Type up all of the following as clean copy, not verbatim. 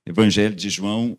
Evangelho de João,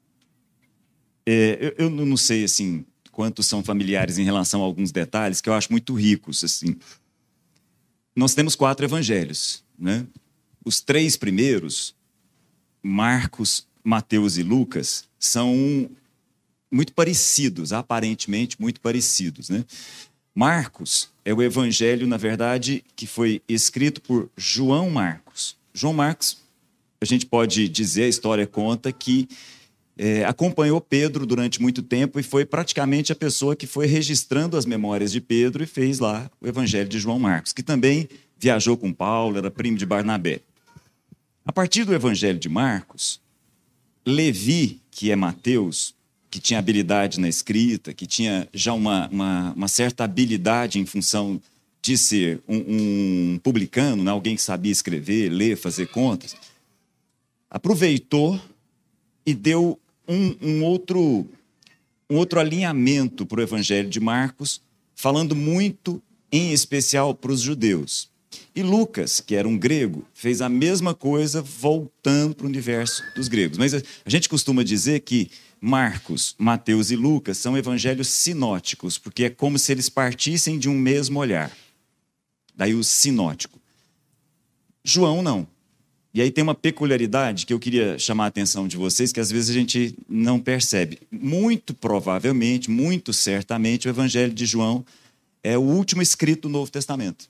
eu não sei assim quantos são familiares em relação a alguns detalhes que eu acho muito ricos. Assim. Nós temos 4 evangelhos, né? Os 3 primeiros, Marcos, Mateus e Lucas, são muito parecidos, aparentemente muito parecidos, né? Marcos é o evangelho, na verdade, que foi escrito por João Marcos. João Marcos, a gente pode dizer, a história conta que acompanhou Pedro durante muito tempo e foi praticamente a pessoa que foi registrando as memórias de Pedro e fez lá o evangelho de João Marcos, que também viajou com Paulo, era primo de Barnabé. A partir do evangelho de Marcos, Levi, que é Mateus, que tinha habilidade na escrita, que tinha já uma certa habilidade em função de ser um publicano, né? Alguém que sabia escrever, ler, fazer contas, aproveitou e deu um outro alinhamento para o evangelho de Marcos, falando muito, em especial, para os judeus. E Lucas, que era um grego, fez a mesma coisa voltando para o universo dos gregos. Mas a gente costuma dizer que Marcos, Mateus e Lucas são evangelhos sinóticos, porque é como se eles partissem de um mesmo olhar. Daí o sinótico. João não. E aí tem uma peculiaridade que eu queria chamar a atenção de vocês, que às vezes a gente não percebe. Muito provavelmente, muito certamente, o evangelho de João é o último escrito do Novo Testamento.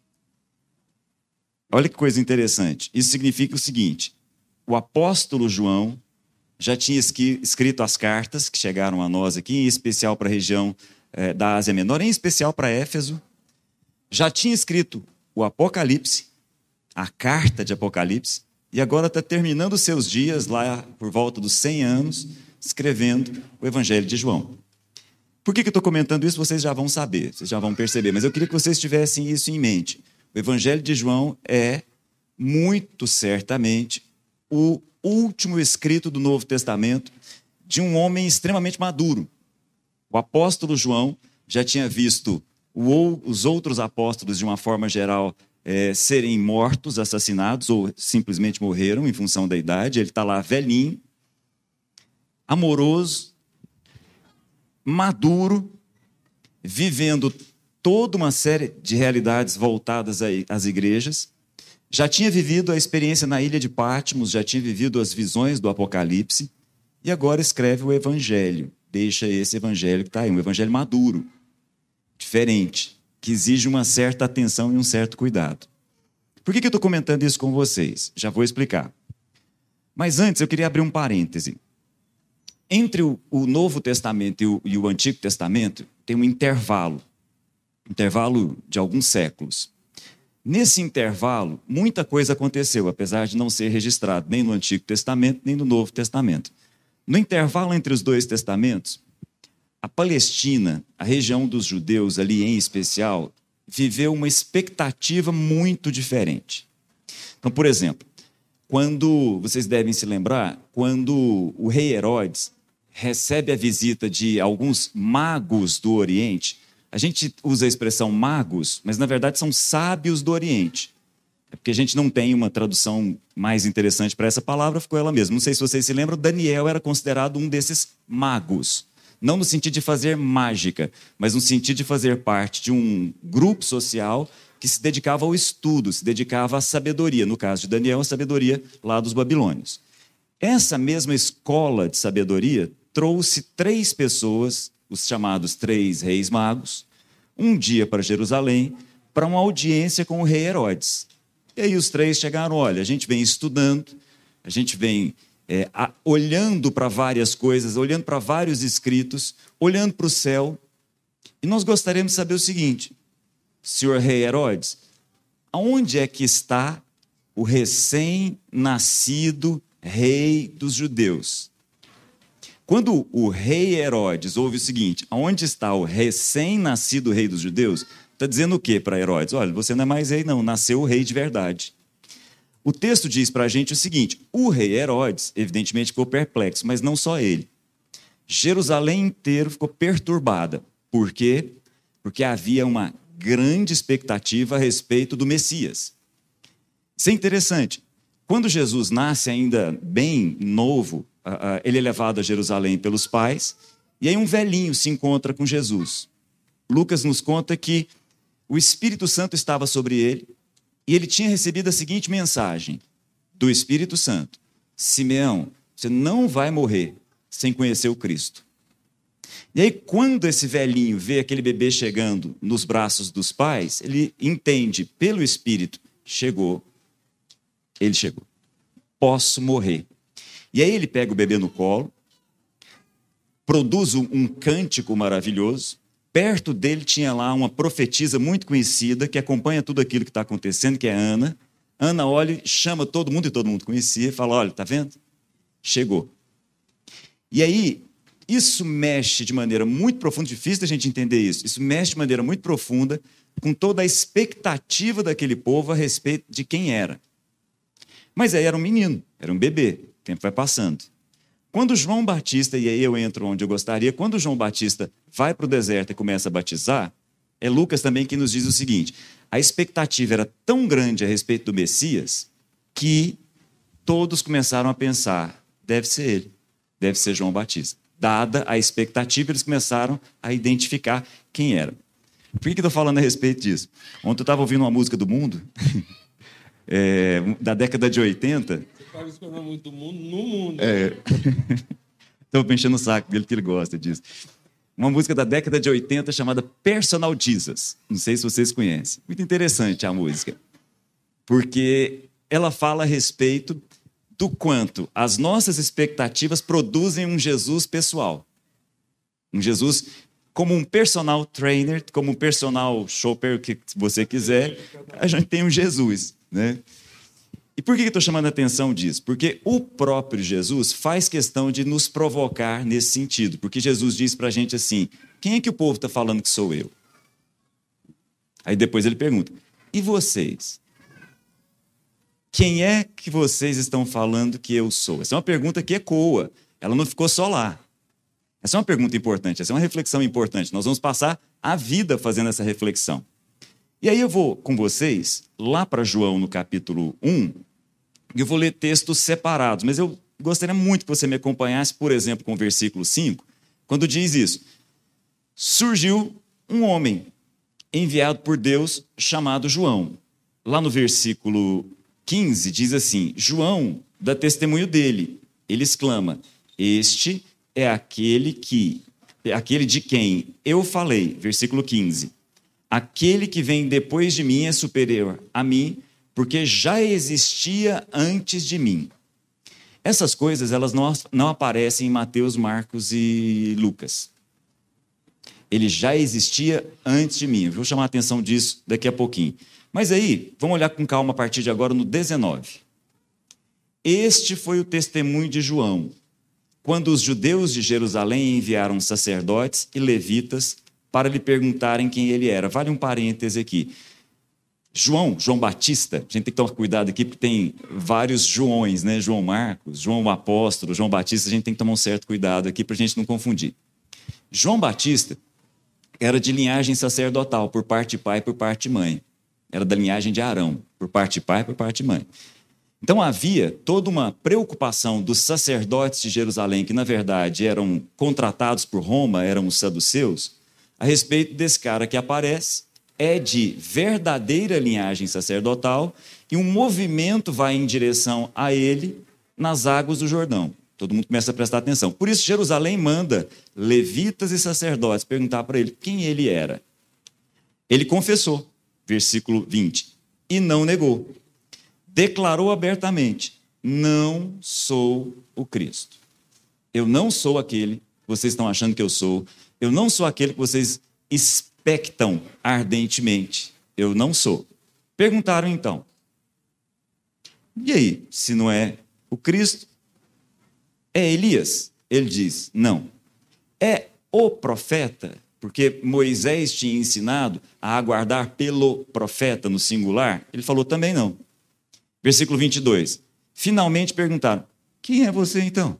Olha que coisa interessante. Isso significa o seguinte: o apóstolo João já tinha escrito as cartas que chegaram a nós aqui, em especial para a região da Ásia Menor, em especial para Éfeso. Já tinha escrito o Apocalipse, a carta de Apocalipse, e agora está terminando os seus dias, lá por volta dos 100 anos, escrevendo o Evangelho de João. Por que eu estou comentando isso? Vocês já vão saber, vocês já vão perceber, mas eu queria que vocês tivessem isso em mente. O Evangelho de João é, muito certamente, o último escrito do Novo Testamento de um homem extremamente maduro. O apóstolo João já tinha visto os outros apóstolos, de uma forma geral, serem mortos, assassinados, ou simplesmente morreram em função da idade. Ele está lá velhinho, amoroso, maduro, vivendo toda uma série de realidades voltadas às igrejas. Já tinha vivido a experiência na ilha de Patmos, já tinha vivido as visões do Apocalipse, e agora escreve o Evangelho. Deixa esse Evangelho que está aí, um Evangelho maduro, diferente, que exige uma certa atenção e um certo cuidado. Por que eu estou comentando isso com vocês? Já vou explicar. Mas antes eu queria abrir um parêntese. Entre o Novo Testamento e o Antigo Testamento tem um intervalo de alguns séculos. Nesse intervalo, muita coisa aconteceu, apesar de não ser registrado nem no Antigo Testamento, nem no Novo Testamento. No intervalo entre os 2 testamentos, a Palestina, a região dos judeus ali em especial, viveu uma expectativa muito diferente. Então, por exemplo, vocês devem se lembrar, quando o rei Herodes recebe a visita de alguns magos do Oriente. A gente usa a expressão magos, mas na verdade são sábios do Oriente. É porque a gente não tem uma tradução mais interessante para essa palavra, ficou ela mesma. Não sei se vocês se lembram, Daniel era considerado um desses magos. Não no sentido de fazer mágica, mas no sentido de fazer parte de um grupo social que se dedicava ao estudo, se dedicava à sabedoria. No caso de Daniel, a sabedoria lá dos babilônios. Essa mesma escola de sabedoria trouxe 3 pessoas, os chamados 3 reis magos, um dia para Jerusalém, para uma audiência com o rei Herodes. E aí os 3 chegaram: olha, a gente vem estudando, a gente vem olhando para várias coisas, olhando para vários escritos, olhando para o céu, e nós gostaríamos de saber o seguinte: senhor rei Herodes, aonde é que está o recém-nascido rei dos judeus? Quando o rei Herodes ouve o seguinte: aonde está o recém-nascido rei dos judeus? Está dizendo o quê para Herodes? Olha, você não é mais rei não, nasceu o rei de verdade. O texto diz para a gente o seguinte: o rei Herodes, evidentemente, ficou perplexo, mas não só ele. Jerusalém inteiro ficou perturbada. Por quê? Porque havia uma grande expectativa a respeito do Messias. Isso é interessante. Quando Jesus nasce ainda bem novo, ele é levado a Jerusalém pelos pais, e aí um velhinho se encontra com Jesus. Lucas nos conta que o Espírito Santo estava sobre ele, e ele tinha recebido a seguinte mensagem do Espírito Santo: Simeão, você não vai morrer sem conhecer o Cristo. E aí, quando esse velhinho vê aquele bebê chegando nos braços dos pais, ele entende pelo Espírito: ele chegou, posso morrer. E aí ele pega o bebê no colo, produz um cântico maravilhoso. Perto dele tinha lá uma profetisa muito conhecida, que acompanha tudo aquilo que está acontecendo, que é Ana. Ana olha, chama todo mundo, e todo mundo conhecia, e fala: olha, está vendo? Chegou. E aí, isso mexe de maneira muito profunda, difícil da gente entender isso, isso mexe de maneira muito profunda com toda a expectativa daquele povo a respeito de quem era. Mas aí era um menino, era um bebê, o tempo vai passando. Quando João Batista, e aí eu entro onde eu gostaria, quando João Batista vai para o deserto e começa a batizar, é Lucas também que nos diz o seguinte: a expectativa era tão grande a respeito do Messias que todos começaram a pensar: deve ser ele, deve ser João Batista. Dada a expectativa, eles começaram a identificar quem era. Por que estou falando a respeito disso? Ontem eu estava ouvindo uma música do Mundo, da década de 80. Você escolhendo muito do mundo no mundo. Estou enchendo o saco dele, que ele gosta disso. Uma música da década de 80 chamada Personal Jesus. Não sei se vocês conhecem. Muito interessante a música, porque ela fala a respeito do quanto as nossas expectativas produzem um Jesus pessoal. Um Jesus como um personal trainer, como um personal shopper, o que você quiser, a gente tem um Jesus, né? E por que eu estou chamando a atenção disso? Porque o próprio Jesus faz questão de nos provocar nesse sentido. Porque Jesus diz para a gente assim: quem é que o povo está falando que sou eu? Aí depois ele pergunta: e vocês? Quem é que vocês estão falando que eu sou? Essa é uma pergunta que ecoa. Ela não ficou só lá. Essa é uma pergunta importante, essa é uma reflexão importante. Nós vamos passar a vida fazendo essa reflexão. E aí eu vou com vocês lá para João, no capítulo 1, e eu vou ler textos separados, mas eu gostaria muito que você me acompanhasse, por exemplo, com o versículo 5, quando diz isso: surgiu um homem enviado por Deus chamado João. Lá no versículo 15 diz assim: João dá testemunho dele. Ele exclama: este é aquele de quem eu falei. Versículo 15. Aquele que vem depois de mim é superior a mim, porque já existia antes de mim. Essas coisas, elas não aparecem em Mateus, Marcos e Lucas. Ele já existia antes de mim. Eu vou chamar a atenção disso daqui a pouquinho. Mas aí, vamos olhar com calma a partir de agora no 19. Este foi o testemunho de João, quando os judeus de Jerusalém enviaram sacerdotes e levitas para lhe perguntarem quem ele era. Vale um parêntese aqui. João Batista, a gente tem que tomar cuidado aqui, porque tem vários Joões, né? João Marcos, João Apóstolo, João Batista, a gente tem que tomar um certo cuidado aqui para a gente não confundir. João Batista era de linhagem sacerdotal, por parte de pai e por parte de mãe. Era da linhagem de Arão, por parte de pai e por parte de mãe. Então havia toda uma preocupação dos sacerdotes de Jerusalém, que na verdade eram contratados por Roma, eram os saduceus, a respeito desse cara que aparece, é de verdadeira linhagem sacerdotal, e um movimento vai em direção a ele nas águas do Jordão. Todo mundo começa a prestar atenção. Por isso Jerusalém manda levitas e sacerdotes perguntar para ele quem ele era. Ele confessou, versículo 20, e não negou. Declarou abertamente: não sou o Cristo. Eu não sou aquele que vocês estão achando que eu sou. Eu não sou aquele que vocês expectam ardentemente. Eu não sou. Perguntaram então: e aí, se não é o Cristo? É Elias? Ele diz: não. É o profeta? Porque Moisés tinha ensinado a aguardar pelo profeta no singular. Ele falou também não. Versículo 22. Finalmente perguntaram: quem é você então?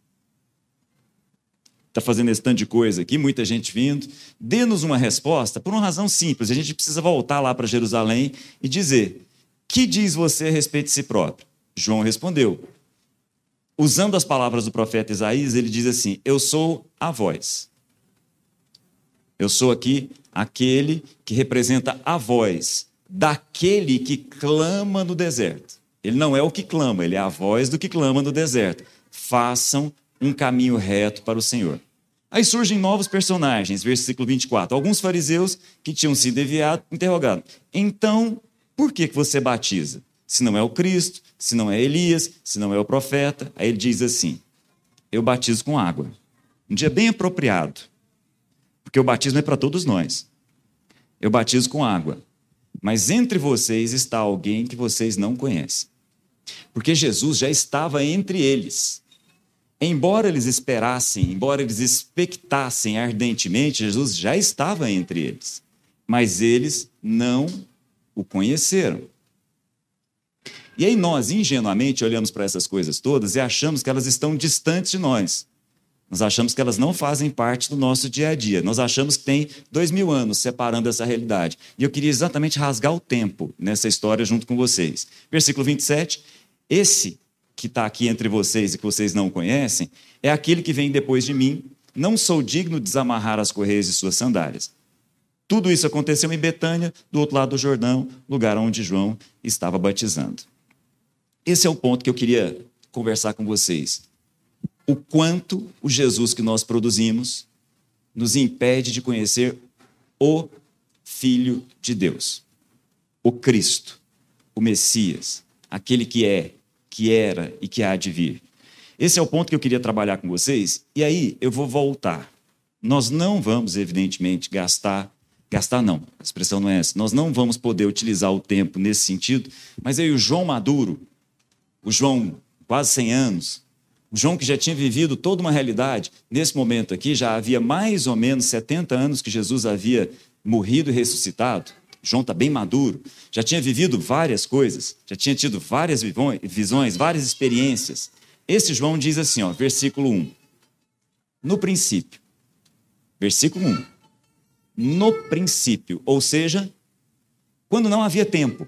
Está fazendo esse tanto de coisa aqui, muita gente vindo. Dê-nos uma resposta por uma razão simples. A gente precisa voltar lá para Jerusalém e dizer: que diz você a respeito de si próprio? João respondeu. Usando as palavras do profeta Isaías, ele diz assim: eu sou a voz. Eu sou aqui aquele que representa a voz daquele que clama no deserto. Ele não é o que clama, ele é a voz do que clama no deserto. Façam um caminho reto para o Senhor. Aí surgem novos personagens, versículo 24. Alguns fariseus que tinham sido enviados, interrogaram. Então, por que você batiza? Se não é o Cristo, se não é Elias, se não é o profeta. Aí ele diz assim: eu batizo com água. Um dia bem apropriado, porque o batismo é para todos nós. Eu batizo com água. Mas entre vocês está alguém que vocês não conhecem. Porque Jesus já estava entre eles. Embora eles esperassem, embora eles expectassem ardentemente, Jesus já estava entre eles. Mas eles não o conheceram. E aí nós, ingenuamente, olhamos para essas coisas todas e achamos que elas estão distantes de nós. Nós achamos que elas não fazem parte do nosso dia a dia. Nós achamos que tem 2000 anos separando essa realidade. E eu queria exatamente rasgar o tempo nessa história junto com vocês. Versículo 27, esse que está aqui entre vocês e que vocês não conhecem, é aquele que vem depois de mim. Não sou digno de desamarrar as correias de suas sandálias. Tudo isso aconteceu em Betânia, do outro lado do Jordão, lugar onde João estava batizando. Esse é o ponto que eu queria conversar com vocês. O quanto o Jesus que nós produzimos nos impede de conhecer o Filho de Deus, o Cristo, o Messias, aquele que é, que era e que há de vir. Esse é o ponto que eu queria trabalhar com vocês, e aí eu vou voltar. Nós não vamos, evidentemente, gastar não, a expressão não é essa, nós não vamos poder utilizar o tempo nesse sentido, mas aí o João maduro, o João quase 100 anos, o João que já tinha vivido toda uma realidade, nesse momento aqui já havia mais ou menos 70 anos que Jesus havia morrido e ressuscitado. João está bem maduro, já tinha vivido várias coisas, já tinha tido várias visões, várias experiências. Esse João diz assim, ó, versículo 1, no princípio, versículo 1, no princípio, ou seja, quando não havia tempo.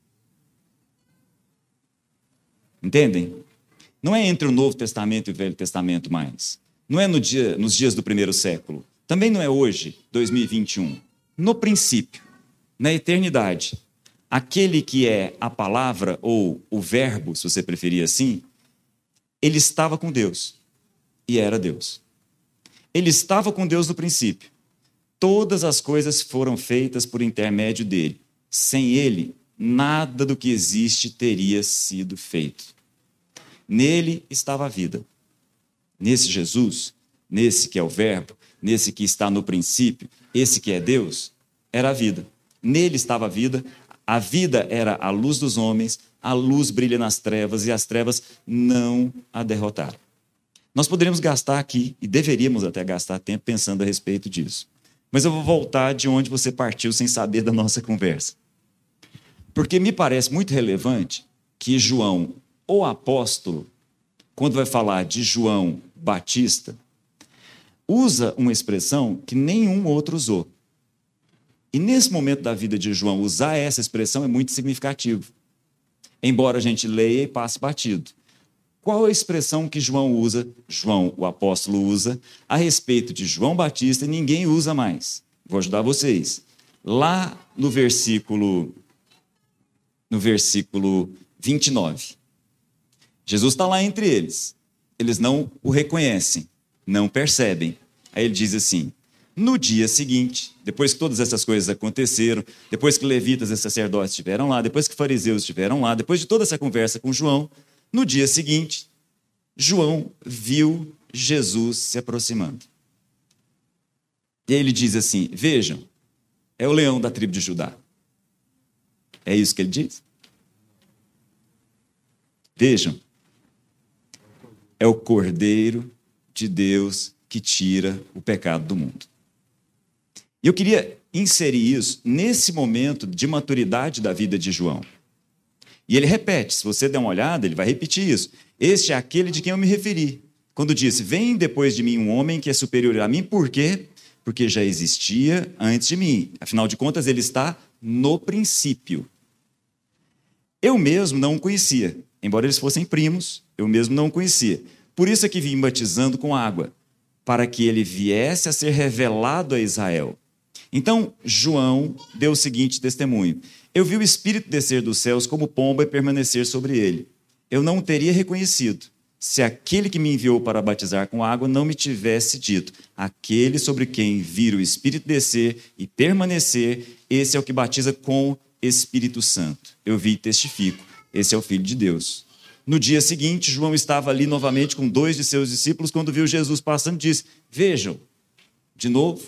Entendem? Não é entre o Novo Testamento e o Velho Testamento mais. Não é nos dias do primeiro século. Também não é hoje, 2021. No princípio, na eternidade, aquele que é a palavra ou o verbo, se você preferir assim, ele estava com Deus e era Deus. Ele estava com Deus no princípio. Todas as coisas foram feitas por intermédio dele. Sem ele, nada do que existe teria sido feito. Nele estava a vida. Nesse Jesus, nesse que é o verbo, nesse que está no princípio, esse que é Deus, era a vida. Nele estava a vida era a luz dos homens, a luz brilha nas trevas e as trevas não a derrotaram. Nós poderíamos gastar aqui, e deveríamos até gastar tempo pensando a respeito disso. Mas eu vou voltar de onde você partiu sem saber da nossa conversa. Porque me parece muito relevante que João, o apóstolo, quando vai falar de João Batista, usa uma expressão que nenhum outro usou. E nesse momento da vida de João, usar essa expressão é muito significativo. Embora a gente leia e passe batido. Qual a expressão que João usa, João, o apóstolo, usa a respeito de João Batista e ninguém usa mais? Vou ajudar vocês. Lá no versículo 29. Jesus está lá entre eles. Eles não o reconhecem, não percebem. Aí ele diz assim, no dia seguinte, depois que todas essas coisas aconteceram, depois que levitas e sacerdotes estiveram lá, depois que fariseus estiveram lá, depois de toda essa conversa com João, no dia seguinte, João viu Jesus se aproximando. E aí ele diz assim, vejam, é o leão da tribo de Judá. É isso que ele diz? Vejam, é o Cordeiro de Deus que tira o pecado do mundo. E eu queria inserir isso nesse momento de maturidade da vida de João. E ele repete, se você der uma olhada, ele vai repetir isso. Este é aquele de quem eu me referi. Quando disse, vem depois de mim um homem que é superior a mim, por quê? Porque já existia antes de mim. Afinal de contas, ele está no princípio. Eu mesmo não o conhecia. embora eles fossem primos, eu mesmo não o conhecia. Por isso é que vim batizando com água, para que ele viesse a ser revelado a Israel. Então, João deu o seguinte testemunho: eu vi o Espírito descer dos céus como pomba e permanecer sobre ele. Eu não o teria reconhecido, se aquele que me enviou para batizar com água não me tivesse dito: aquele sobre quem vir o Espírito descer e permanecer, esse é o que batiza com Espírito Santo. Eu vi e testifico, esse é o Filho de Deus. No dia seguinte, João estava ali novamente com 2 de seus discípulos, quando viu Jesus passando, disse: vejam, de novo,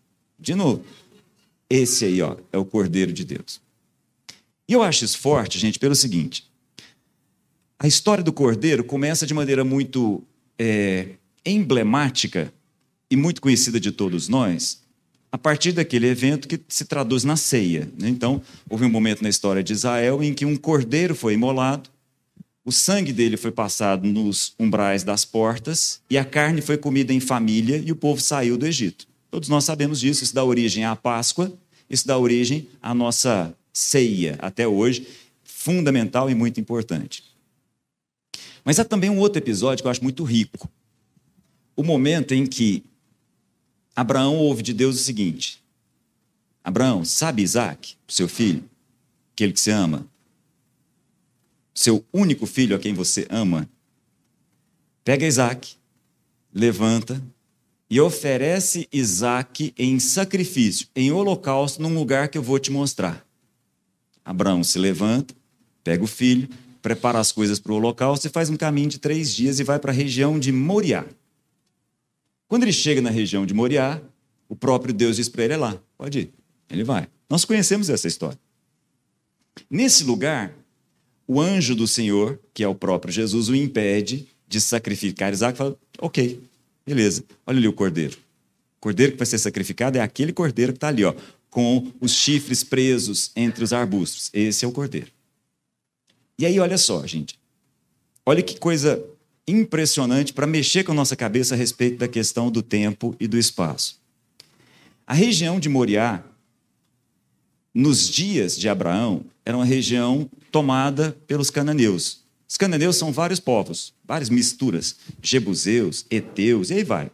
esse aí, ó, é o Cordeiro de Deus. E eu acho isso forte, gente, pelo seguinte: a história do Cordeiro começa de maneira muito emblemática e muito conhecida de todos nós, a partir daquele evento que se traduz na ceia, né? Então, houve um momento na história de Israel em que um cordeiro foi imolado, o sangue dele foi passado nos umbrais das portas e a carne foi comida em família e o povo saiu do Egito. Todos nós sabemos disso, isso dá origem à Páscoa, isso dá origem à nossa ceia, até hoje, fundamental e muito importante. Mas há também um outro episódio que eu acho muito rico. O momento em que Abraão ouve de Deus o seguinte: Abraão, sabe Isaac, seu filho, aquele que você ama? Seu único filho a quem você ama? Pega Isaac, levanta e oferece Isaac em sacrifício, em holocausto, num lugar que eu vou te mostrar. Abraão se levanta, pega o filho, prepara as coisas para o holocausto e faz um caminho de 3 dias e vai para a região de Moriá. Quando ele chega na região de Moriá, o próprio Deus diz para ele: é lá, pode ir. Ele vai. Nós conhecemos essa história. Nesse lugar, o anjo do Senhor, que é o próprio Jesus, o impede de sacrificar Isaac. Fala: ok, beleza, olha ali o cordeiro. O cordeiro que vai ser sacrificado é aquele cordeiro que está ali, ó, com os chifres presos entre os arbustos. Esse é o cordeiro. E aí, olha só, gente. Olha que coisa impressionante para mexer com a nossa cabeça a respeito da questão do tempo e do espaço. A região de Moriá, nos dias de Abraão, era uma região tomada pelos cananeus. Os cananeus são vários povos, várias misturas, jebuseus, heteus, e aí vai.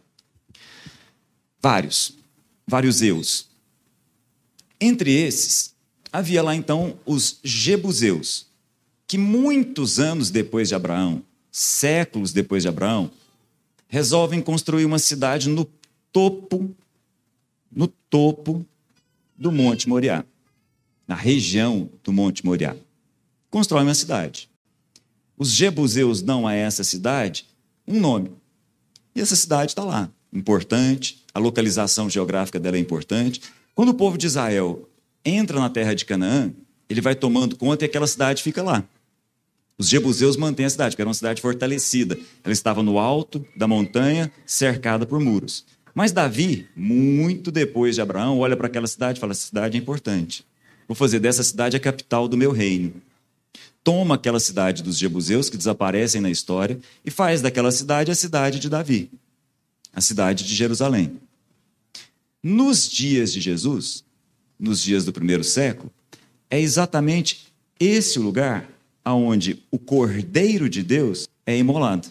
Vários eus. Entre esses, havia lá então os jebuseus, que muitos anos depois de Abraão, séculos depois de Abraão, resolvem construir uma cidade no topo do Monte Moriá, na região do Monte Moriá. Constrói uma cidade. Os jebuseus dão a essa cidade um nome. E essa cidade está lá, importante, a localização geográfica dela é importante. Quando o povo de Israel entra na terra de Canaã, ele vai tomando conta e aquela cidade fica lá. Os jebuseus mantêm a cidade, porque era uma cidade fortalecida. Ela estava no alto da montanha, cercada por muros. Mas Davi, muito depois de Abraão, olha para aquela cidade e fala: essa cidade é importante. Vou fazer dessa cidade a capital do meu reino. Toma aquela cidade dos jebuseus, que desaparecem na história, e faz daquela cidade a cidade de Davi, a cidade de Jerusalém. Nos dias de Jesus, nos dias do 1º século, é exatamente esse o lugar onde o Cordeiro de Deus é imolado.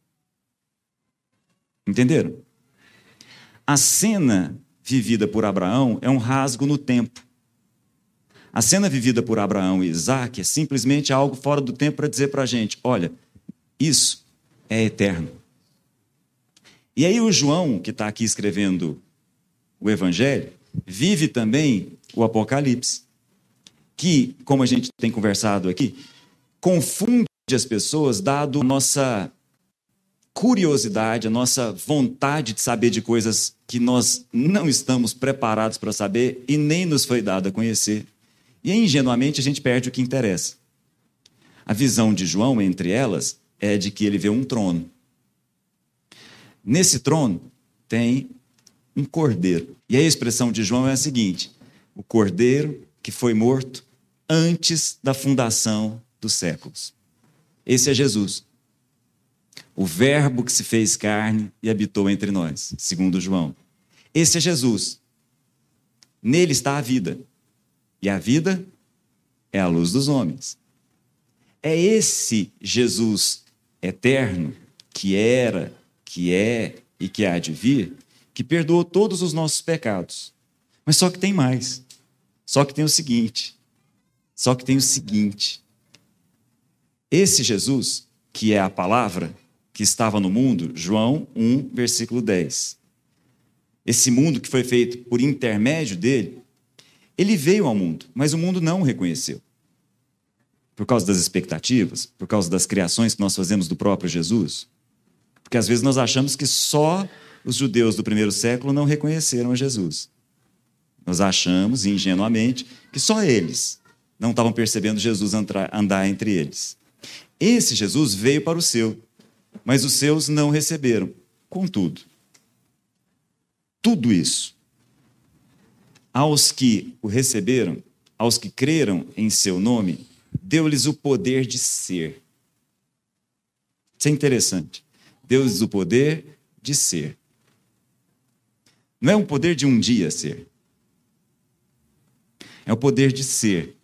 Entenderam? A cena vivida por Abraão é um rasgo no tempo. A cena vivida por Abraão e Isaac é simplesmente algo fora do tempo para dizer para a gente: olha, isso é eterno. E aí o João, que está aqui escrevendo o Evangelho, vive também o Apocalipse, que, como a gente tem conversado aqui, confunde as pessoas, dado a nossa curiosidade, a nossa vontade de saber de coisas que nós não estamos preparados para saber e nem nos foi dado a conhecer. E ingenuamente a gente perde o que interessa. A visão de João, entre elas, é de que ele vê um trono. Nesse trono tem um cordeiro. E a expressão de João é a seguinte: o cordeiro que foi morto antes da fundação dos séculos. Esse é Jesus. O verbo que se fez carne e habitou entre nós, segundo João. Esse é Jesus. Nele está a vida. E a vida é a luz dos homens. É esse Jesus eterno, que era, que é e que há de vir, que perdoou todos os nossos pecados. Mas só que tem mais. Só que tem o seguinte. Esse Jesus, que é a palavra que estava no mundo, João 1, versículo 10. Esse mundo que foi feito por intermédio dele, ele veio ao mundo, mas o mundo não o reconheceu. Por causa das expectativas, por causa das criações que nós fazemos do próprio Jesus. Porque às vezes nós achamos que só os judeus do primeiro século não reconheceram a Jesus. Nós achamos, ingenuamente, que só eles não estavam percebendo Jesus andar entre eles. Esse Jesus veio para o seu, mas os seus não receberam. Contudo, tudo isso, aos que o receberam, aos que creram em seu nome, deu-lhes o poder de ser. Isso é interessante. Deu-lhes o poder de ser. Não é um poder de um dia ser. É o poder de ser.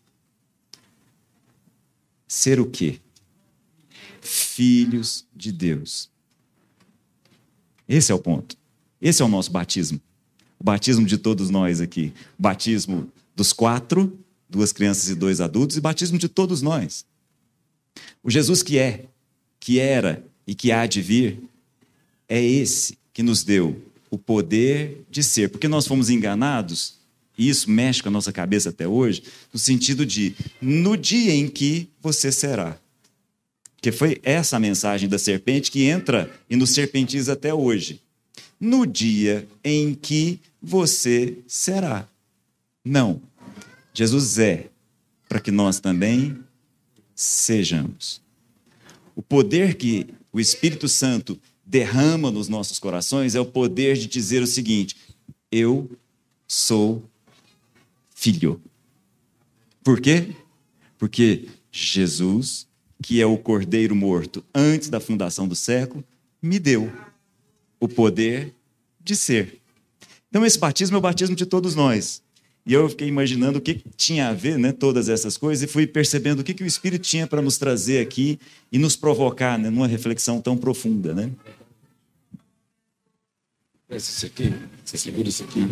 Ser o quê? Filhos de Deus. Esse é o ponto. Esse é o nosso batismo. O batismo de todos nós aqui. O batismo dos 4, 2 crianças e 2 adultos, e o batismo de todos nós. O Jesus que é, que era e que há de vir, é esse que nos deu o poder de ser. Porque nós fomos enganados, e isso mexe com a nossa cabeça até hoje, no sentido de, no dia em que você será. Que foi essa a mensagem da serpente que entra e nos serpentiza até hoje. No dia em que você será. Não. Jesus é, para que nós também sejamos. O poder que o Espírito Santo derrama nos nossos corações é o poder de dizer o seguinte: eu sou filho. Por quê? Porque Jesus, que é o Cordeiro morto antes da fundação do século, me deu o poder de ser. Então esse batismo é o batismo de todos nós. E eu fiquei imaginando o que tinha a ver, né, todas essas coisas, e fui percebendo o que o Espírito tinha para nos trazer aqui e nos provocar, né, numa reflexão tão profunda, né? Esse aqui, você segura isso aqui.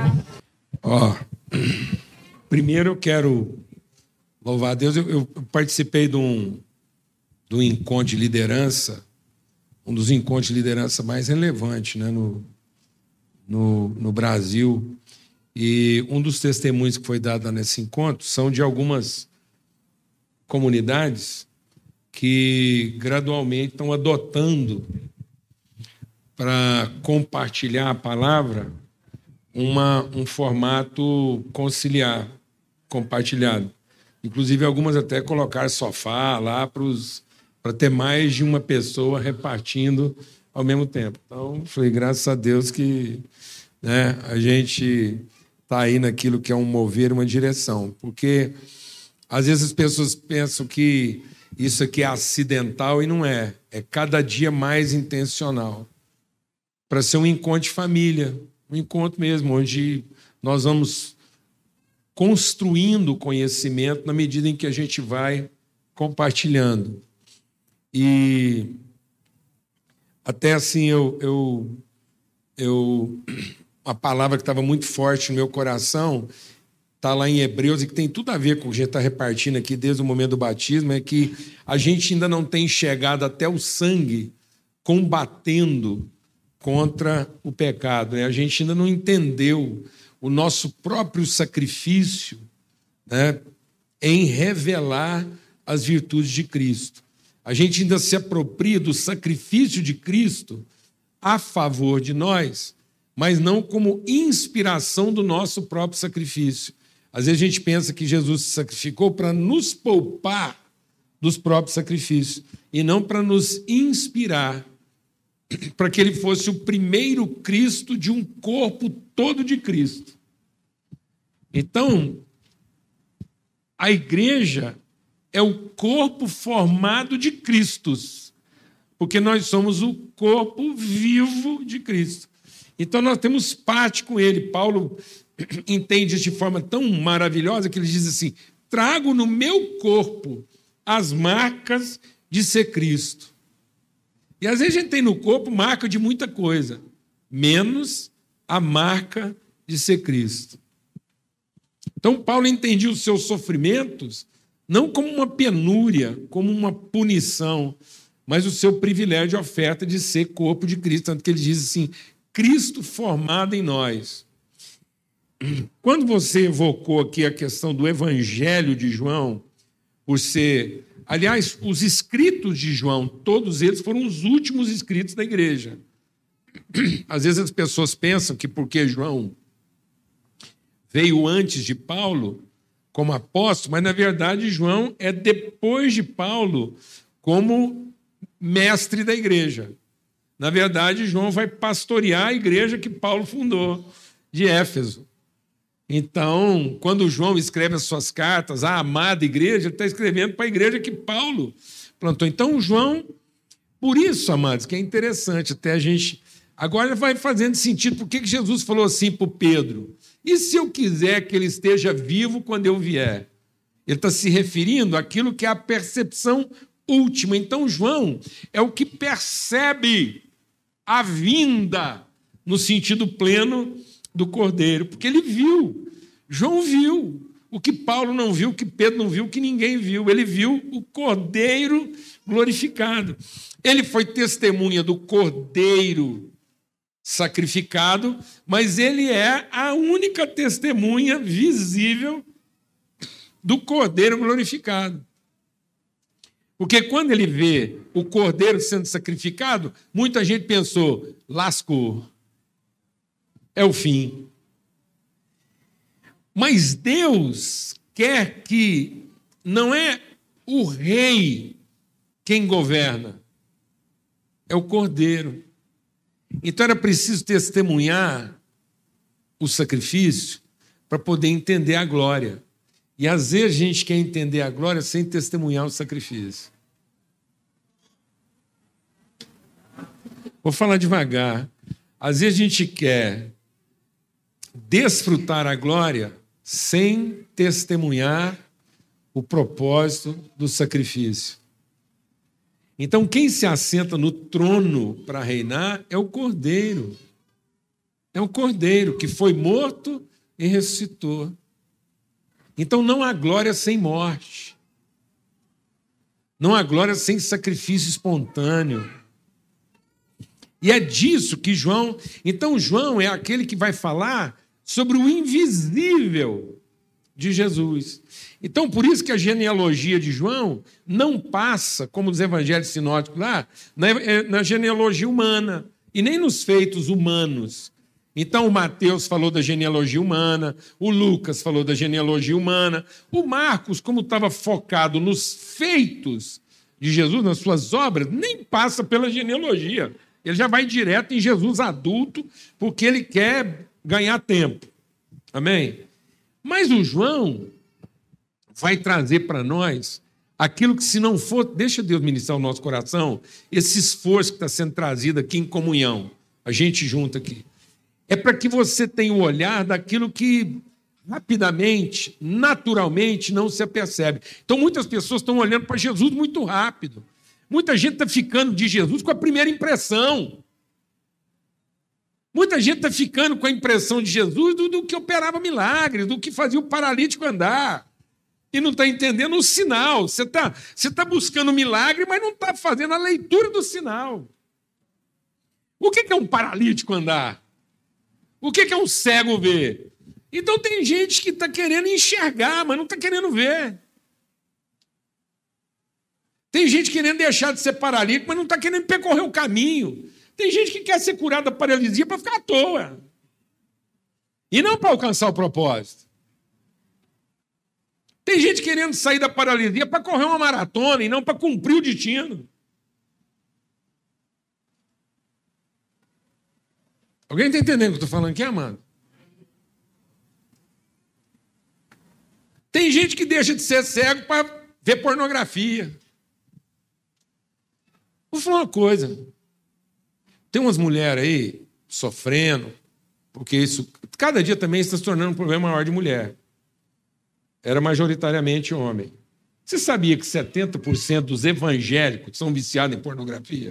Primeiro eu quero louvar a Deus. Eu participei de um encontro de liderança, um dos encontros de liderança mais relevantes, né, no Brasil. E um dos testemunhos que foi dado nesse encontro são de algumas comunidades que gradualmente estão adotando, para compartilhar a palavra, um formato conciliar, compartilhado. Inclusive, algumas até colocaram sofá lá para ter mais de uma pessoa repartindo ao mesmo tempo. Então, falei, graças a Deus que, né, a gente está aí naquilo que é um mover, uma direção. Porque, às vezes, as pessoas pensam que isso aqui é acidental e não é. É cada dia mais intencional. Para ser um encontro de família, um encontro mesmo, onde nós vamos construindo o conhecimento na medida em que a gente vai compartilhando. E até assim, a palavra que estava muito forte no meu coração está lá em Hebreus, e que tem tudo a ver com o que a gente está repartindo aqui desde o momento do batismo, é que a gente ainda não tem chegado até o sangue combatendo contra o pecado, né? A gente ainda não entendeu o nosso próprio sacrifício, né, em revelar as virtudes de Cristo. A gente ainda se apropria do sacrifício de Cristo a favor de nós, mas não como inspiração do nosso próprio sacrifício. Às vezes a gente pensa que Jesus se sacrificou para nos poupar dos próprios sacrifícios e não para nos inspirar, para que ele fosse o primeiro Cristo de um corpo todo de Cristo. Então, a igreja é o corpo formado de Cristos, porque nós somos o corpo vivo de Cristo. Então, nós temos parte com ele. Paulo entende isso de forma tão maravilhosa que ele diz assim: trago no meu corpo as marcas de ser Cristo. E às vezes a gente tem no corpo marca de muita coisa, menos a marca de ser Cristo. Então, Paulo entendia os seus sofrimentos não como uma penúria, como uma punição, mas o seu privilégio de oferta de ser corpo de Cristo. Tanto que ele diz assim, Cristo formado em nós. Quando você evocou aqui a questão do Evangelho de João, por ser... Aliás, os escritos de João, todos eles foram os últimos escritos da igreja. Às vezes as pessoas pensam que porque João veio antes de Paulo como apóstolo, mas na verdade João é depois de Paulo como mestre da igreja. Na verdade, João vai pastorear a igreja que Paulo fundou, de Éfeso. Então, quando João escreve as suas cartas, a amada igreja, ele está escrevendo para a igreja que Paulo plantou. Então, João, por isso, amados, que é interessante, até a gente... Agora vai fazendo sentido, por que Jesus falou assim para o Pedro? E se eu quiser que ele esteja vivo quando eu vier? Ele está se referindo àquilo que é a percepção última. Então, João é o que percebe a vinda no sentido pleno do Cordeiro, porque ele viu. João viu o que Paulo não viu, o que Pedro não viu, o que ninguém viu. Ele viu o Cordeiro glorificado. Ele foi testemunha do Cordeiro sacrificado, mas ele é a única testemunha visível do Cordeiro glorificado. Porque quando ele vê o Cordeiro sendo sacrificado, muita gente pensou, lascou, é o fim. Mas Deus quer que não é o rei quem governa, é o Cordeiro. Então era preciso testemunhar o sacrifício para poder entender a glória. E às vezes a gente quer entender a glória sem testemunhar o sacrifício. Vou falar devagar. Às vezes a gente quer desfrutar a glória sem testemunhar o propósito do sacrifício. Então, quem se assenta no trono para reinar é o Cordeiro. É o Cordeiro que foi morto e ressuscitou. Então, não há glória sem morte. Não há glória sem sacrifício espontâneo. E é disso que João... Então, João é aquele que vai falar sobre o invisível de Jesus. Então, por isso que a genealogia de João não passa, como os evangelhos sinóticos lá, na genealogia humana, e nem nos feitos humanos. Então, o Mateus falou da genealogia humana, o Lucas falou da genealogia humana, o Marcos, como estava focado nos feitos de Jesus, nas suas obras, nem passa pela genealogia. Ele já vai direto em Jesus adulto, porque ele quer ganhar tempo. Amém? Mas o João vai trazer para nós aquilo que, se não for, deixa Deus ministrar o nosso coração, esse esforço que está sendo trazido aqui em comunhão, a gente junto aqui, é para que você tenha o olhar daquilo que rapidamente, naturalmente, não se apercebe. Então, muitas pessoas estão olhando para Jesus muito rápido. Muita gente está ficando de Jesus com a primeira impressão. Muita gente está ficando com a impressão de Jesus do que operava milagres, do que fazia o paralítico andar. E não está entendendo o sinal. Você tá buscando milagre, mas não está fazendo a leitura do sinal. O que é um paralítico andar? O que é um cego ver? Então tem gente que está querendo enxergar, mas não está querendo ver. Tem gente querendo deixar de ser paralítico, mas não está querendo percorrer o caminho. Tem gente que quer ser curada da paralisia para ficar à toa. E não para alcançar o propósito. Tem gente querendo sair da paralisia para correr uma maratona e não para cumprir o destino. Alguém está entendendo o que eu estou falando aqui, amado? Tem gente que deixa de ser cego para ver pornografia. Vou falar uma coisa. Tem umas mulheres aí sofrendo, porque isso, cada dia também está se tornando um problema maior de mulher. Era majoritariamente homem. Você sabia que 70% dos evangélicos são viciados em pornografia?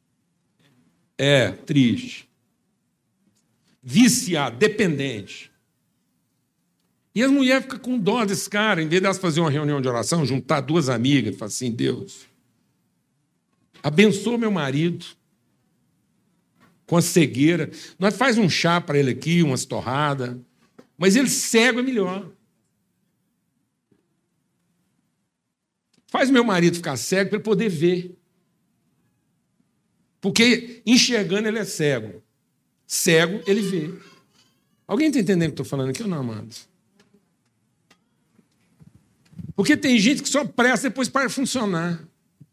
É, triste. Viciado, dependente. E as mulheres ficam com dó desse cara, em vez de elas fazerem uma reunião de oração, juntar duas amigas, e falar assim, Deus, abençoa meu marido com a cegueira. Nós faz um chá para ele aqui, umas torradas, mas ele cego é melhor. Faz meu marido ficar cego para ele poder ver. Porque enxergando ele é cego. Cego, ele vê. Alguém está entendendo o que eu estou falando aqui ou não, amados? Porque tem gente que só presta depois para funcionar.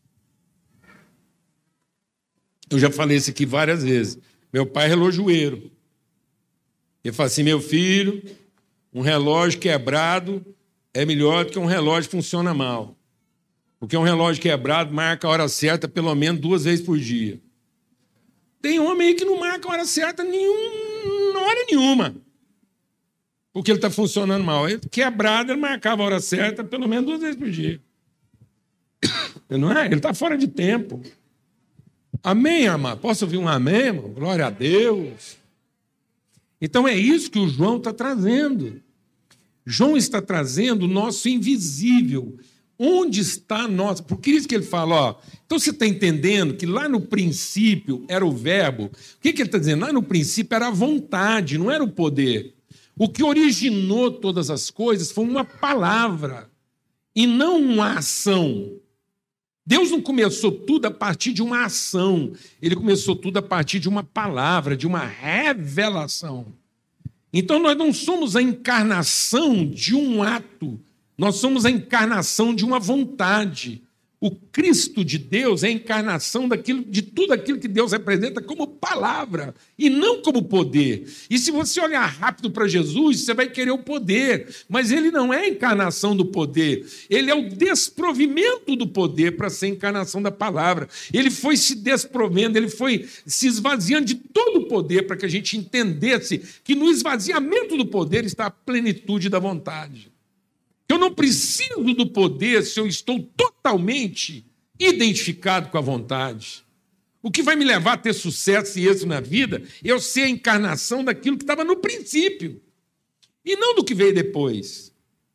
Eu já falei isso aqui várias vezes. Meu pai é relojoeiro. Ele fala assim, meu filho, um relógio quebrado é melhor do que um relógio que funciona mal. Porque um relógio quebrado marca a hora certa pelo menos 2 vezes por dia. Tem homem aí que não marca a hora certa hora nenhuma. Porque ele está funcionando mal. Ele, quebrado, ele marcava a hora certa pelo menos 2 vezes por dia. Não é? Ele está fora de tempo. Amém, amado? Posso ouvir um amém, irmão? Glória a Deus. Então é isso que o João está trazendo. João está trazendo o nosso invisível. Onde está a nossa... Por isso que ele fala, ó... Então você está entendendo que lá no princípio era o verbo. O que ele está dizendo? Lá no princípio era a vontade, não era o poder. O que originou todas as coisas foi uma palavra e não uma ação. Deus não começou tudo a partir de uma ação. Ele começou tudo a partir de uma palavra, de uma revelação. Então nós não somos a encarnação de um ato. Nós somos a encarnação de uma vontade. O Cristo de Deus é a encarnação de tudo aquilo que Deus representa como palavra e não como poder. E se você olhar rápido para Jesus, você vai querer o poder, mas ele não é a encarnação do poder. Ele é o desprovimento do poder para ser a encarnação da palavra. Ele foi se desprovendo, ele foi se esvaziando de todo o poder para que a gente entendesse que no esvaziamento do poder está a plenitude da vontade. Eu não preciso do poder se eu estou totalmente identificado com a vontade. O que vai me levar a ter sucesso e êxito na vida é eu ser a encarnação daquilo que estava no princípio e não do que veio depois.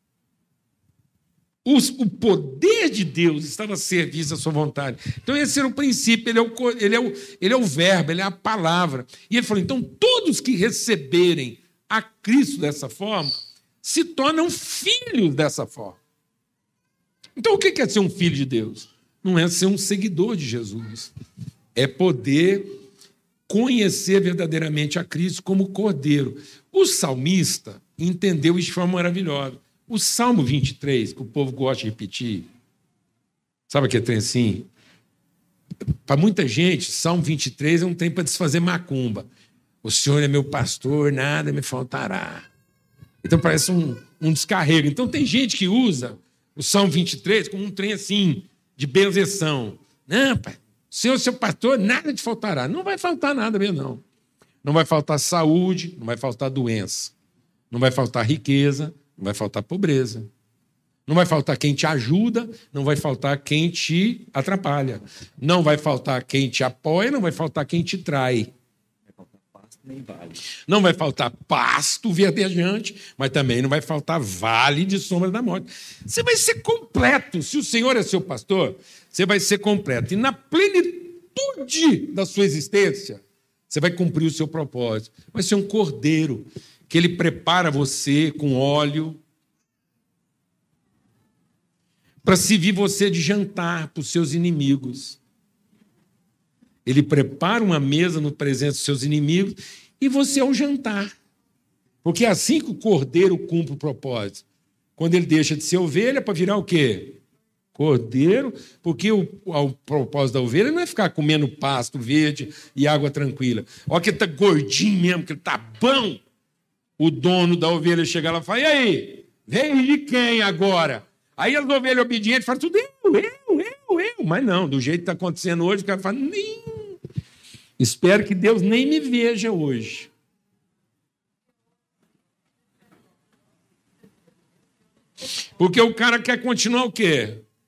O poder de Deus estava a serviço da sua vontade. Então esse era o princípio, ele é o verbo, ele é a palavra. E ele falou, então todos que receberem a Cristo dessa forma, se tornam filhos dessa forma. Então, o que é ser um filho de Deus? Não é ser um seguidor de Jesus. É poder conhecer verdadeiramente a Cristo como Cordeiro. O salmista entendeu isso de forma maravilhosa. O Salmo 23, que o povo gosta de repetir, sabe aquele trem assim? Para muita gente, Salmo 23 é um trem para desfazer macumba. O Senhor é meu pastor, nada me faltará. Então parece um descarrego. Então tem gente que usa o Salmo 23 como um trem assim, de benzeção. Não, pai, o Senhor é seu pastor, nada te faltará. Não vai faltar nada mesmo, não. Não vai faltar saúde, não vai faltar doença. Não vai faltar riqueza, não vai faltar pobreza. Não vai faltar quem te ajuda, não vai faltar quem te atrapalha. Não vai faltar quem te apoia, não vai faltar quem te trai. Não vai faltar pasto verdejante, mas também não vai faltar vale de sombra da morte. Você vai ser completo. Se o Senhor é seu pastor, você vai ser completo. E na plenitude da sua existência, você vai cumprir o seu propósito. Vai ser um cordeiro que ele prepara você com óleo para servir você de jantar para os seus inimigos. Ele prepara uma mesa no presença dos seus inimigos e você é o jantar. Porque é assim que o cordeiro cumpre o propósito. Quando ele deixa de ser ovelha para virar o quê? Cordeiro, porque o propósito da ovelha não é ficar comendo pasto verde e água tranquila. Olha que ele está gordinho mesmo, que ele está bom. O dono da ovelha chega lá e fala, e aí? Veio de quem agora? Aí as ovelhas obedientes falam tudo, eu. Mas não, do jeito que está acontecendo hoje, o cara fala, nem. Espero que Deus nem me veja hoje. Porque o cara quer continuar o quê?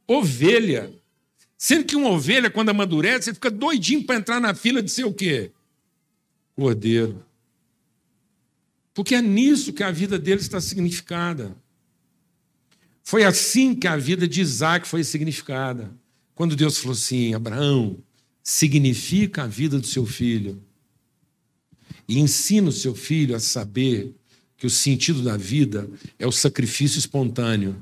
ovelha. Sendo que uma ovelha, quando amadurece, você fica doidinho para entrar na fila de ser o quê? Cordeiro. Porque é nisso que a vida dele está significada. Foi assim que a vida de Isaac foi significada. Quando Deus falou assim, Abraão, significa a vida do seu filho. E ensina o seu filho a saber que o sentido da vida é o sacrifício espontâneo.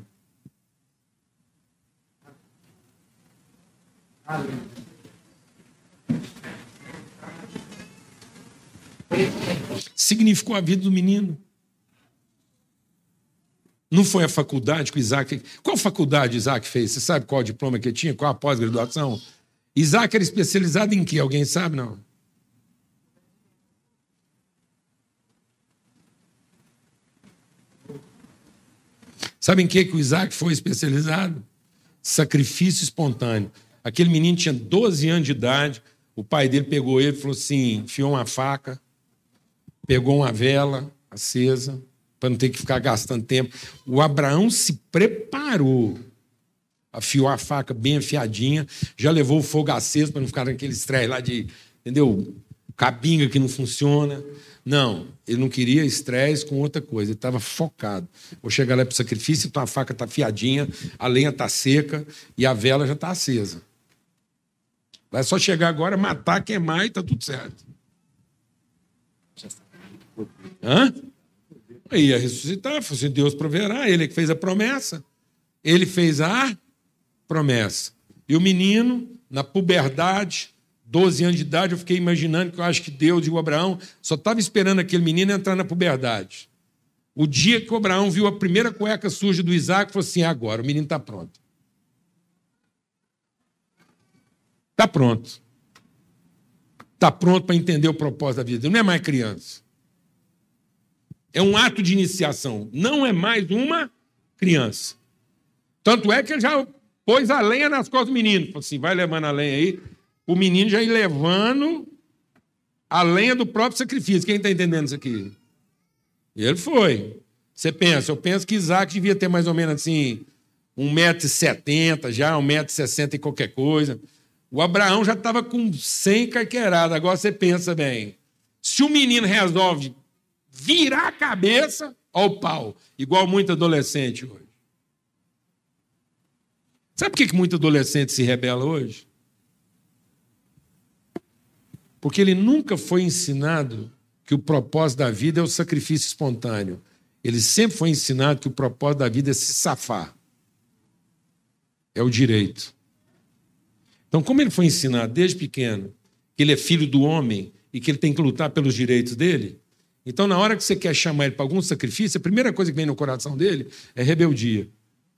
Significou a vida do menino. Não foi a faculdade que o Isaac... Qual faculdade Isaac fez? Você sabe qual diploma que ele tinha? Qual a pós-graduação? Isaac era especializado em quê? Alguém sabe, não? Sabe em que o Isaac foi especializado? Sacrifício espontâneo. Aquele menino tinha 12 anos de idade, o pai dele pegou ele e falou assim, enfiou uma faca, pegou uma vela acesa, para não ter que ficar gastando tempo. O Abraão se preparou, afiou a faca bem afiadinha, já levou o fogo aceso para não ficar naquele estresse lá de, entendeu? Cabinga que não funciona. Não, ele não queria estresse com outra coisa, ele estava focado. Vou chegar lá para o sacrifício, então a faca está afiadinha, a lenha está seca e a vela já está acesa. Vai só chegar agora, matar, queimar e está tudo certo. Hã? Ia ressuscitar, fosse Deus proverá, ele que fez a promessa. Ele fez a promessa. E o menino, na puberdade, 12 anos de idade, eu fiquei imaginando que eu acho que Deus e o Abraão só estavam esperando aquele menino entrar na puberdade. O dia que o Abraão viu a primeira cueca suja do Isaac, falou assim, agora, o menino está pronto. Está pronto. Está pronto para entender o propósito da vida. Ele não é mais criança. É um ato de iniciação. Não é mais uma criança. Tanto é que ele já pôs a lenha nas costas do menino. Falou assim, vai levando a lenha aí. O menino já ia levando a lenha do próprio sacrifício. Quem está entendendo isso aqui? E ele foi. Você pensa, eu penso que Isaac devia ter mais ou menos assim 1,70 m, já 1,60 m e qualquer coisa. O Abraão já estava com 100 carqueiradas. Agora você pensa bem. Se o menino resolve virar a cabeça ao pau, igual muito adolescente hoje. Sabe por que muito adolescente se rebela hoje? Porque ele nunca foi ensinado que o propósito da vida é o sacrifício espontâneo. Ele sempre foi ensinado que o propósito da vida é se safar. É o direito. Então, como ele foi ensinado desde pequeno que ele é filho do homem e que ele tem que lutar pelos direitos dele, então, na hora que você quer chamar ele para algum sacrifício, a primeira coisa que vem no coração dele é rebeldia.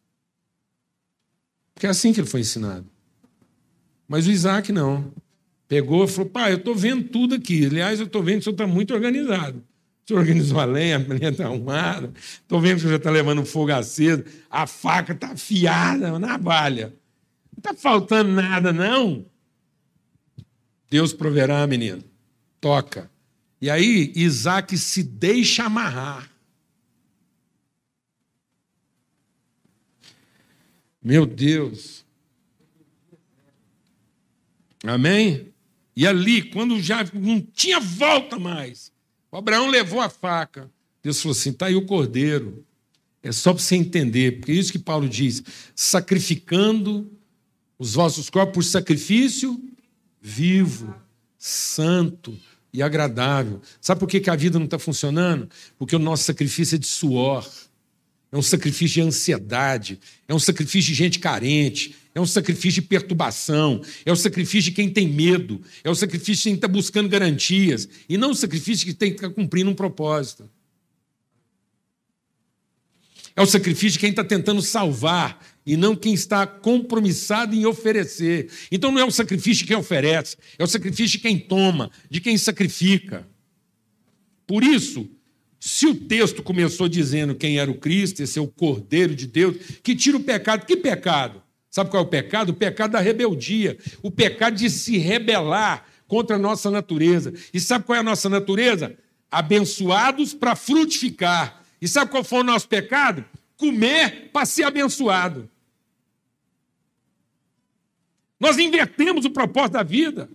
Porque é assim que ele foi ensinado. Mas o Isaac não. Pegou e falou, pai, eu estou vendo tudo aqui. Aliás, eu estou vendo que o senhor está muito organizado. O senhor organizou a lenha está arrumada. Estou vendo que o senhor já está levando fogo aceso. A faca está afiada, a navalha. Não está faltando nada, não. Deus proverá, menino. Toca. E aí, Isaac se deixa amarrar. Meu Deus. Amém? E ali, quando já não tinha volta mais, o Abraão levou a faca. Deus falou assim, está aí o cordeiro. É só para você entender, porque é isso que Paulo diz, sacrificando os vossos corpos por sacrifício vivo, santo e agradável. Sabe por que a vida não está funcionando? Porque o nosso sacrifício é de suor, é um sacrifício de ansiedade, é um sacrifício de gente carente, é um sacrifício de perturbação, é o sacrifício de quem tem medo, é o sacrifício de quem está buscando garantias, e não o sacrifício de quem tem que estar cumprindo um propósito. É o sacrifício de quem está tentando salvar e não quem está compromissado em oferecer. Então não é o sacrifício de quem oferece, é o sacrifício de quem toma, de quem sacrifica. Por isso, se o texto começou dizendo quem era o Cristo, esse é o Cordeiro de Deus, que tira o pecado. Que pecado? Sabe qual é o pecado? O pecado da rebeldia, o pecado de se rebelar contra a nossa natureza. E sabe qual é a nossa natureza? Abençoados para frutificar. E sabe qual foi o nosso pecado? Comer para ser abençoado. Nós invertemos o propósito da vida.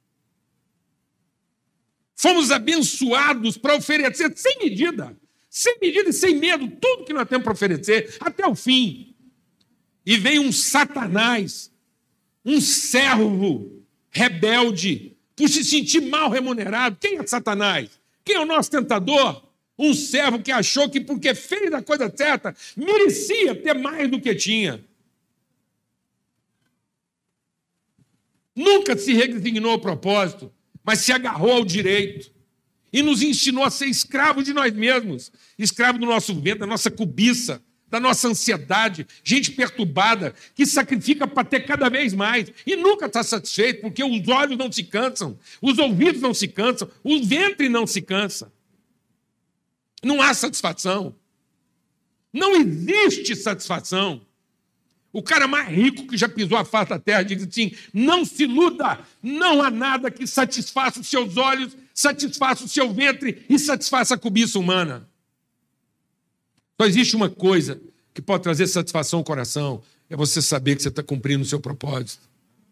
Fomos abençoados para oferecer sem medida e sem medo, tudo que nós temos para oferecer, até o fim. E vem um Satanás, um servo rebelde, por se sentir mal remunerado. Quem é Satanás? Quem é o nosso tentador? Um servo que achou que, porque fez a coisa certa, merecia ter mais do que tinha. Nunca se resignou ao propósito, mas se agarrou ao direito. E nos ensinou a ser escravos de nós mesmos, escravos do nosso ventre, da nossa cobiça, da nossa ansiedade, gente perturbada, que sacrifica para ter cada vez mais e nunca está satisfeito, porque os olhos não se cansam, os ouvidos não se cansam, o ventre não se cansa. Não há satisfação. Não existe satisfação. O cara mais rico que já pisou a face da terra diz assim: não se iluda, não há nada que satisfaça os seus olhos, satisfaça o seu ventre e satisfaça a cobiça humana. Só existe uma coisa que pode trazer satisfação ao coração, é você saber que você está cumprindo o seu propósito.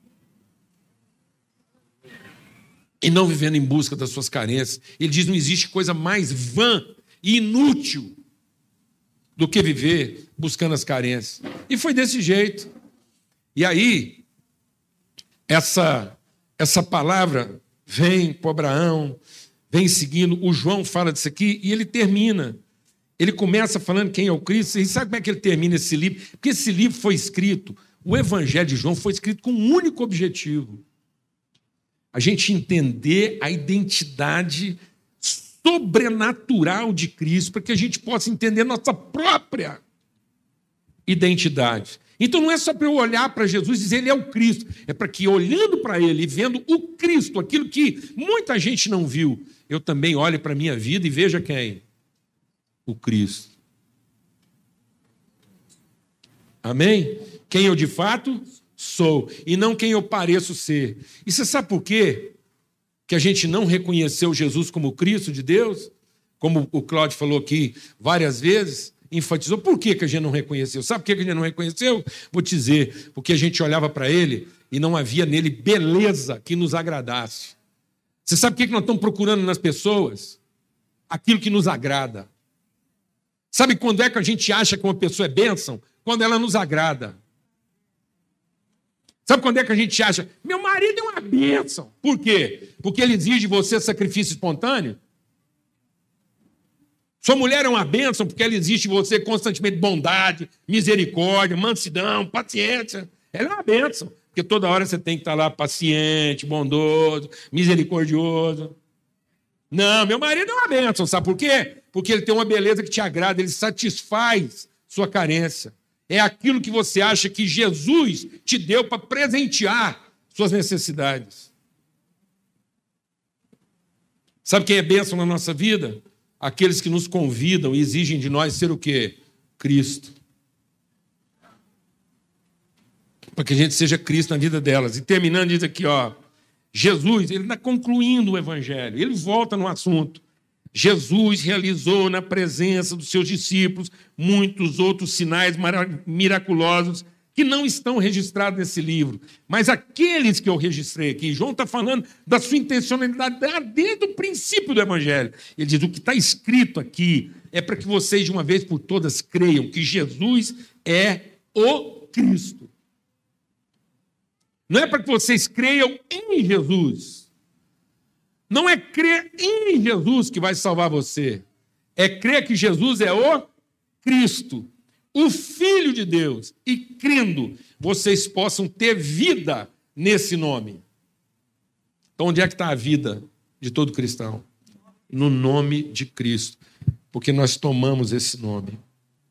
E não vivendo em busca das suas carências. Ele diz: não existe coisa mais vã e inútil do que viver buscando as carências. E foi desse jeito. E aí, essa palavra vem para Abraão, vem seguindo. O João fala disso aqui e ele termina. Ele começa falando quem é o Cristo. E sabe como é que ele termina esse livro? Porque esse livro foi escrito, o Evangelho de João foi escrito com um único objetivo: a gente entender a identidade sobrenatural de Cristo, para que a gente possa entender nossa própria identidade. Então não é só para eu olhar para Jesus e dizer ele é o Cristo, é para que olhando para ele e vendo o Cristo, aquilo que muita gente não viu, eu também olhe para a minha vida e veja quem? O Cristo. Amém? Quem eu de fato sou, e não quem eu pareço ser. E você sabe por quê que a gente não reconheceu Jesus como Cristo de Deus? Como o Cláudio falou aqui várias vezes, enfatizou. Por que a gente não reconheceu? Sabe por que a gente não reconheceu? Vou te dizer, porque a gente olhava para ele e não havia nele beleza que nos agradasse. Você sabe por que nós estamos procurando nas pessoas? Aquilo que nos agrada. Sabe quando é que a gente acha que uma pessoa é bênção? Quando ela nos agrada. Sabe quando é que a gente acha, meu marido é uma bênção? Por quê? Porque ele exige de você sacrifício espontâneo? Sua mulher é uma bênção porque ela exige de você constantemente bondade, misericórdia, mansidão, paciência. Ela é uma bênção, porque toda hora você tem que estar lá paciente, bondoso, misericordioso. Não, meu marido é uma bênção, sabe por quê? Porque ele tem uma beleza que te agrada, ele satisfaz sua carência. É aquilo que você acha que Jesus te deu para presentear suas necessidades. Sabe quem é bênção na nossa vida? Aqueles que nos convidam e exigem de nós ser o quê? Cristo. Para que a gente seja Cristo na vida delas. E terminando, diz aqui, ó, Jesus, ele está concluindo o Evangelho, ele volta no assunto. Jesus realizou na presença dos seus discípulos muitos outros sinais miraculosos que não estão registrados nesse livro. Mas aqueles que eu registrei aqui, João está falando da sua intencionalidade desde o princípio do Evangelho. Ele diz, o que está escrito aqui é para que vocês, de uma vez por todas, creiam que Jesus é o Cristo. Não é para que vocês creiam em Jesus. Não é crer em Jesus que vai salvar você. É crer que Jesus é o Cristo, o Filho de Deus. E crendo, vocês possam ter vida nesse nome. Então, onde é que está a vida de todo cristão? No nome de Cristo. Porque nós tomamos esse nome.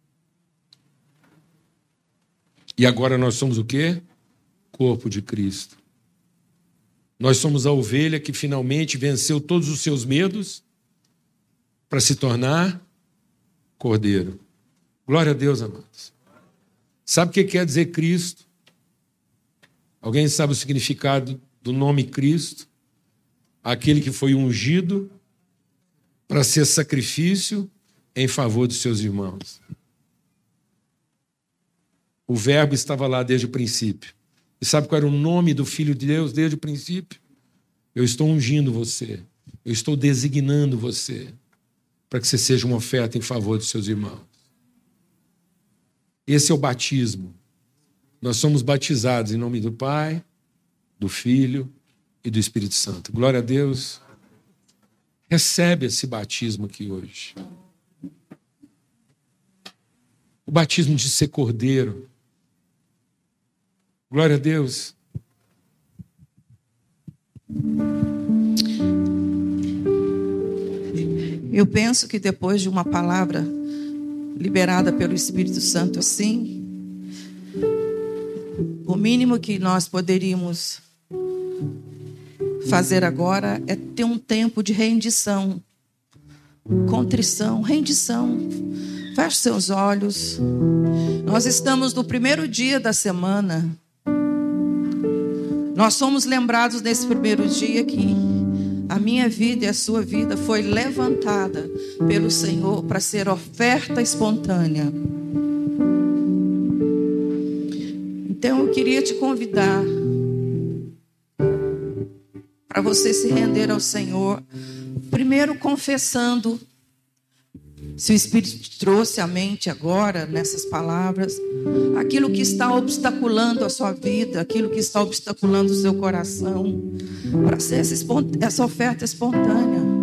E agora nós somos o quê? Corpo de Cristo. Nós somos a ovelha que finalmente venceu todos os seus medos para se tornar cordeiro. Glória a Deus, amados. Sabe o que quer dizer Cristo? Alguém sabe o significado do nome Cristo? Aquele que foi ungido para ser sacrifício em favor dos seus irmãos. O verbo estava lá desde o princípio. E sabe qual era o nome do Filho de Deus desde o princípio? Eu estou ungindo você. Eu estou designando você para que você seja uma oferta em favor dos seus irmãos. Esse é o batismo. Nós somos batizados em nome do Pai, do Filho e do Espírito Santo. Glória a Deus. Recebe esse batismo aqui hoje. O batismo de ser cordeiro. Glória a Deus. Eu penso que depois de uma palavra liberada pelo Espírito Santo assim, o mínimo que nós poderíamos fazer agora é ter um tempo de rendição, contrição, rendição. Feche seus olhos. Nós estamos no primeiro dia da semana. Nós somos lembrados nesse primeiro dia que a minha vida e a sua vida foi levantada pelo Senhor para ser oferta espontânea. Então eu queria te convidar para você se render ao Senhor, primeiro confessando, se o Espírito te trouxe à mente agora, nessas palavras, aquilo que está obstaculando a sua vida, aquilo que está obstaculando o seu coração, para ser essa oferta espontânea.